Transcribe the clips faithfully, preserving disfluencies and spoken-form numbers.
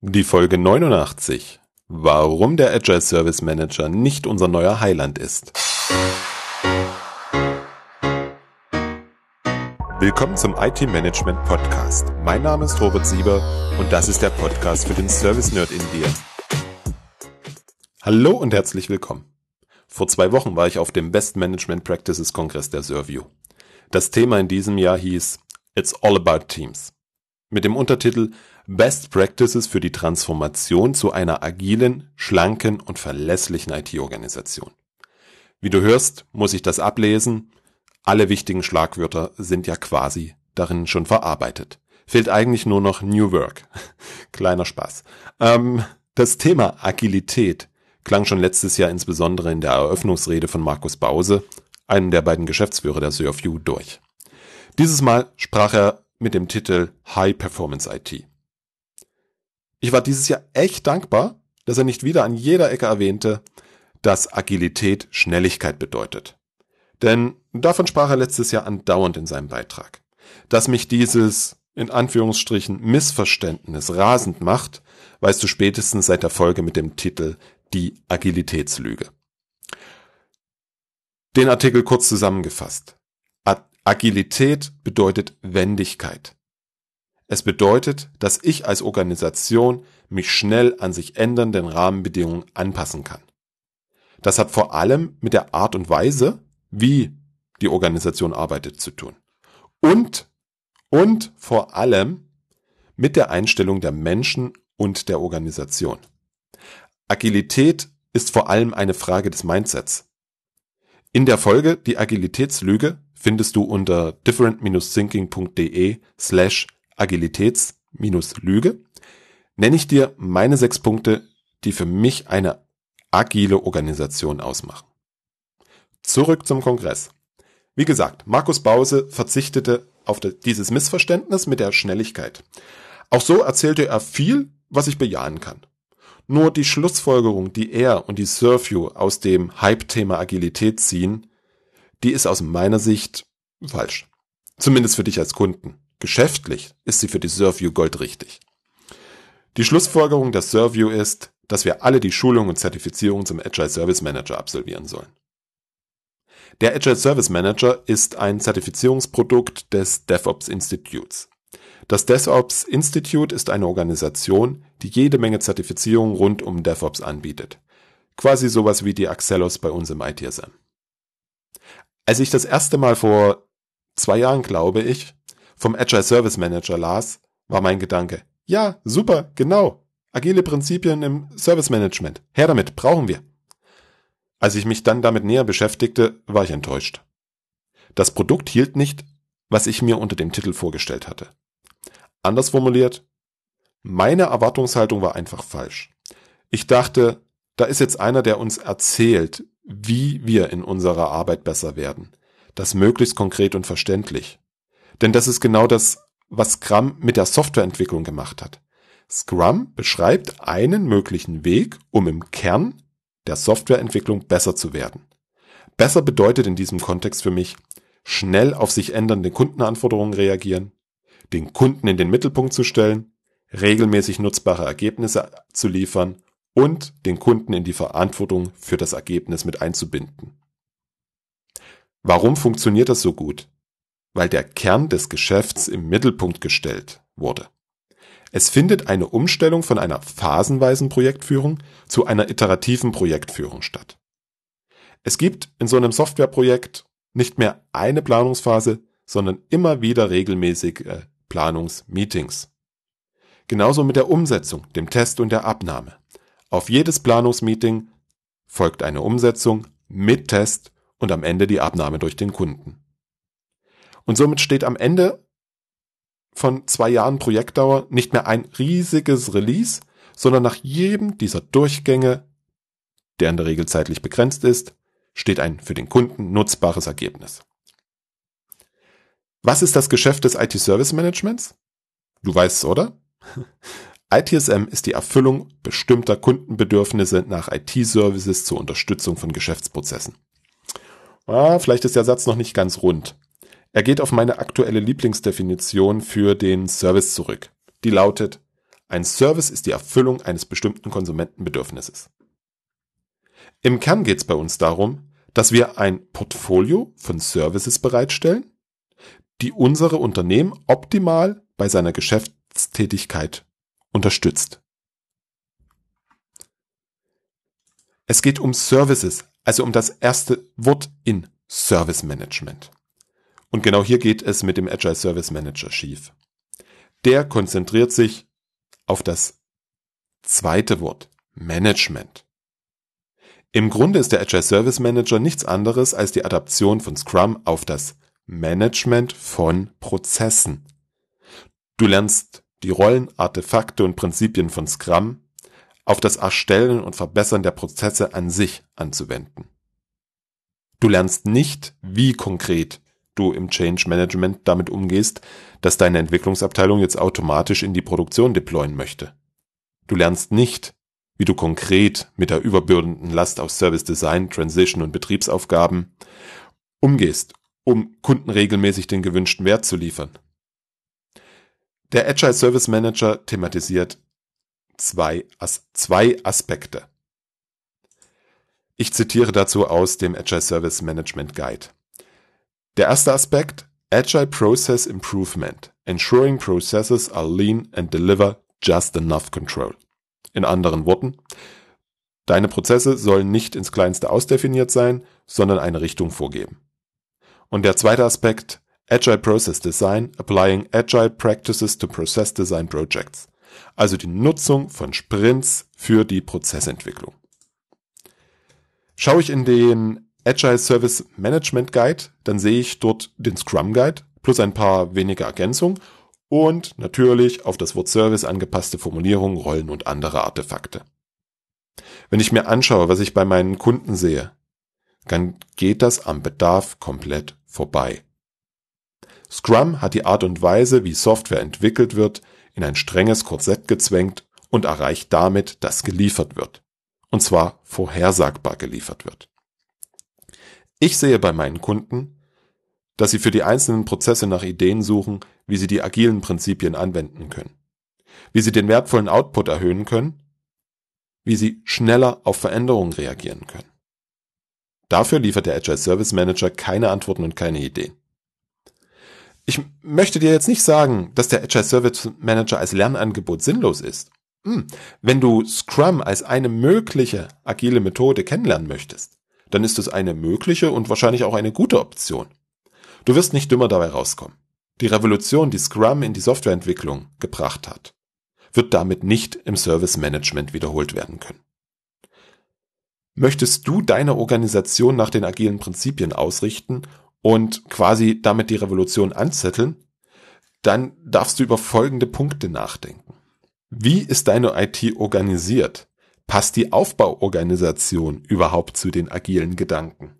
Die Folge neunundachtzig. Warum der Agile Service Manager nicht unser neuer Heiland ist. Willkommen zum I T Management Podcast. Mein Name ist Robert Sieber und das ist der Podcast für den Service Nerd in dir. Hallo und herzlich willkommen. Vor zwei Wochen war ich auf dem Best Management Practices Kongress der Servio. Das Thema in diesem Jahr hieß It's All About Teams. Mit dem Untertitel Best Practices für die Transformation zu einer agilen, schlanken und verlässlichen I T-Organisation. Wie du hörst, muss ich das ablesen. Alle wichtigen Schlagwörter sind ja quasi darin schon verarbeitet. Fehlt eigentlich nur noch New Work. Kleiner Spaß. Ähm, das Thema Agilität klang schon letztes Jahr insbesondere in der Eröffnungsrede von Markus Bause, einem der beiden Geschäftsführer der Servio, durch. Dieses Mal sprach er mit dem Titel High Performance I T. Ich war dieses Jahr echt dankbar, dass er nicht wieder an jeder Ecke erwähnte, dass Agilität Schnelligkeit bedeutet. Denn davon sprach er letztes Jahr andauernd in seinem Beitrag. Dass mich dieses, in Anführungsstrichen, Missverständnis rasend macht, weißt du spätestens seit der Folge mit dem Titel Die Agilitätslüge. Den Artikel kurz zusammengefasst. Agilität bedeutet Wendigkeit. Es bedeutet, dass ich als Organisation mich schnell an sich ändernden Rahmenbedingungen anpassen kann. Das hat vor allem mit der Art und Weise, wie die Organisation arbeitet, zu tun. Und, und vor allem mit der Einstellung der Menschen und der Organisation. Agilität ist vor allem eine Frage des Mindsets. In der Folge Die Agilitätslüge findest du unter different-thinking.de slash Agilitäts-Lüge, nenne ich dir meine sechs Punkte, die für mich eine agile Organisation ausmachen. Zurück zum Kongress. Wie gesagt, Markus Bause verzichtete auf dieses Missverständnis mit der Schnelligkeit. Auch so erzählte er viel, was ich bejahen kann. Nur die Schlussfolgerung, die er und die Servio aus dem Hype-Thema Agilität ziehen, die ist aus meiner Sicht falsch. Zumindest für dich als Kunden. Geschäftlich ist sie für die Servio goldrichtig. Die Schlussfolgerung der Servio ist, dass wir alle die Schulung und Zertifizierung zum Agile Service Manager absolvieren sollen. Der Agile Service Manager ist ein Zertifizierungsprodukt des DevOps Institutes. Das DevOps Institute ist eine Organisation, die jede Menge Zertifizierungen rund um DevOps anbietet. Quasi sowas wie die Axelos bei uns im I T S M. Als ich das erste Mal vor zwei Jahren, glaube ich, vom Agile Service Manager las, war mein Gedanke, ja, super, genau, agile Prinzipien im Service Management, her damit, brauchen wir. Als ich mich dann damit näher beschäftigte, war ich enttäuscht. Das Produkt hielt nicht, was ich mir unter dem Titel vorgestellt hatte. Anders formuliert, meine Erwartungshaltung war einfach falsch. Ich dachte, da ist jetzt einer, der uns erzählt, wie wir in unserer Arbeit besser werden. Das möglichst konkret und verständlich. Denn das ist genau das, was Scrum mit der Softwareentwicklung gemacht hat. Scrum beschreibt einen möglichen Weg, um im Kern der Softwareentwicklung besser zu werden. Besser bedeutet in diesem Kontext für mich, schnell auf sich ändernde Kundenanforderungen reagieren, den Kunden in den Mittelpunkt zu stellen, regelmäßig nutzbare Ergebnisse zu liefern und den Kunden in die Verantwortung für das Ergebnis mit einzubinden. Warum funktioniert das so gut? Weil der Kern des Geschäfts im Mittelpunkt gestellt wurde. Es findet eine Umstellung von einer phasenweisen Projektführung zu einer iterativen Projektführung statt. Es gibt in so einem Softwareprojekt nicht mehr eine Planungsphase, sondern immer wieder regelmäßig äh, Planungsmeetings. Genauso mit der Umsetzung, dem Test und der Abnahme. Auf jedes Planungsmeeting folgt eine Umsetzung mit Test und am Ende die Abnahme durch den Kunden. Und somit steht am Ende von zwei Jahren Projektdauer nicht mehr ein riesiges Release, sondern nach jedem dieser Durchgänge, der in der Regel zeitlich begrenzt ist, steht ein für den Kunden nutzbares Ergebnis. Was ist das Geschäft des I T-Service Managements? Du weißt es, oder? I T S M ist die Erfüllung bestimmter Kundenbedürfnisse nach I T-Services zur Unterstützung von Geschäftsprozessen. Ah, vielleicht ist der Satz noch nicht ganz rund. Er geht auf meine aktuelle Lieblingsdefinition für den Service zurück. Die lautet, Ein Service ist die Erfüllung eines bestimmten Konsumentenbedürfnisses. Im Kern geht es bei uns darum, dass wir ein Portfolio von Services bereitstellen, die unsere Unternehmen optimal bei seiner Geschäftstätigkeit unterstützt. Es geht um Services, also um das erste Wort in Service Management. Und genau hier geht es mit dem Agile Service Manager schief. Der konzentriert sich auf das zweite Wort, Management. Im Grunde ist der Agile Service Manager nichts anderes als die Adaption von Scrum auf das Management von Prozessen. Du lernst die Rollen, Artefakte und Prinzipien von Scrum auf das Erstellen und Verbessern der Prozesse an sich anzuwenden. Du lernst nicht, wie konkret du im Change Management damit umgehst, dass deine Entwicklungsabteilung jetzt automatisch in die Produktion deployen möchte. Du lernst nicht, wie du konkret mit der überbürdenden Last aus Service Design, Transition und Betriebsaufgaben umgehst, um Kunden regelmäßig den gewünschten Wert zu liefern. Der Agile Service Manager thematisiert zwei, As- zwei Aspekte. Ich zitiere dazu aus dem Agile Service Management Guide. Der erste Aspekt, Agile Process Improvement, ensuring processes are lean and deliver just enough control. In anderen Worten, deine Prozesse sollen nicht ins Kleinste ausdefiniert sein, sondern eine Richtung vorgeben. Und der zweite Aspekt, Agile Process Design, applying Agile Practices to Process Design Projects, also die Nutzung von Sprints für die Prozessentwicklung. Schaue ich in den Agile Service Management Guide, dann sehe ich dort den Scrum Guide plus ein paar wenige Ergänzungen und natürlich auf das Wort Service angepasste Formulierungen, Rollen und andere Artefakte. Wenn ich mir anschaue, was ich bei meinen Kunden sehe, dann geht das am Bedarf komplett vorbei. Scrum hat die Art und Weise, wie Software entwickelt wird, in ein strenges Korsett gezwängt und erreicht damit, dass geliefert wird. Und zwar vorhersagbar geliefert wird. Ich sehe bei meinen Kunden, dass sie für die einzelnen Prozesse nach Ideen suchen, wie sie die agilen Prinzipien anwenden können, wie sie den wertvollen Output erhöhen können, wie sie schneller auf Veränderungen reagieren können. Dafür liefert der Agile Service Manager keine Antworten und keine Ideen. Ich möchte dir jetzt nicht sagen, dass der Agile Service Manager als Lernangebot sinnlos ist. Hm. Wenn du Scrum als eine mögliche agile Methode kennenlernen möchtest, dann ist es eine mögliche und wahrscheinlich auch eine gute Option. Du wirst nicht dümmer dabei rauskommen. Die Revolution, die Scrum in die Softwareentwicklung gebracht hat, wird damit nicht im Service Management wiederholt werden können. Möchtest du deine Organisation nach den agilen Prinzipien ausrichten und quasi damit die Revolution anzetteln, dann darfst du über folgende Punkte nachdenken. Wie ist deine I T organisiert? Passt die Aufbauorganisation überhaupt zu den agilen Gedanken?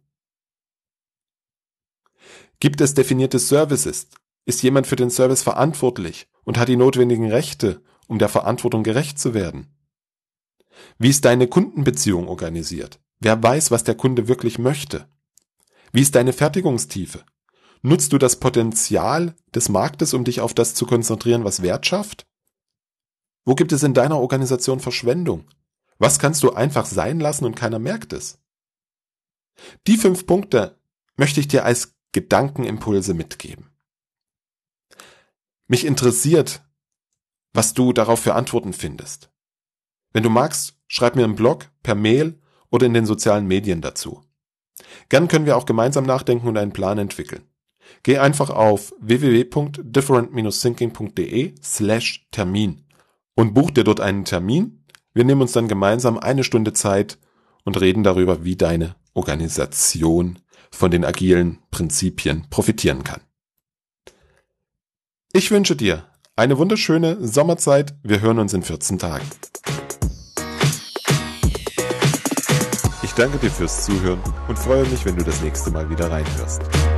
Gibt es definierte Services? Ist jemand für den Service verantwortlich und hat die notwendigen Rechte, um der Verantwortung gerecht zu werden? Wie ist deine Kundenbeziehung organisiert? Wer weiß, was der Kunde wirklich möchte? Wie ist deine Fertigungstiefe? Nutzt du das Potenzial des Marktes, um dich auf das zu konzentrieren, was Wert schafft? Wo gibt es in deiner Organisation Verschwendung? Was kannst du einfach sein lassen und keiner merkt es? Die fünf Punkte möchte ich dir als Gedankenimpulse mitgeben. Mich interessiert, was du darauf für Antworten findest. Wenn du magst, schreib mir im Blog, per Mail oder in den sozialen Medien dazu. Gern können wir auch gemeinsam nachdenken und einen Plan entwickeln. Geh einfach auf w w w punkt different dash thinking punkt d e slash Termin und buch dir dort einen Termin. Wir nehmen uns dann gemeinsam eine Stunde Zeit und reden darüber, wie deine Organisation von den agilen Prinzipien profitieren kann. Ich wünsche dir eine wunderschöne Sommerzeit. Wir hören uns in vierzehn Tagen. Ich danke dir fürs Zuhören und freue mich, wenn du das nächste Mal wieder reinhörst.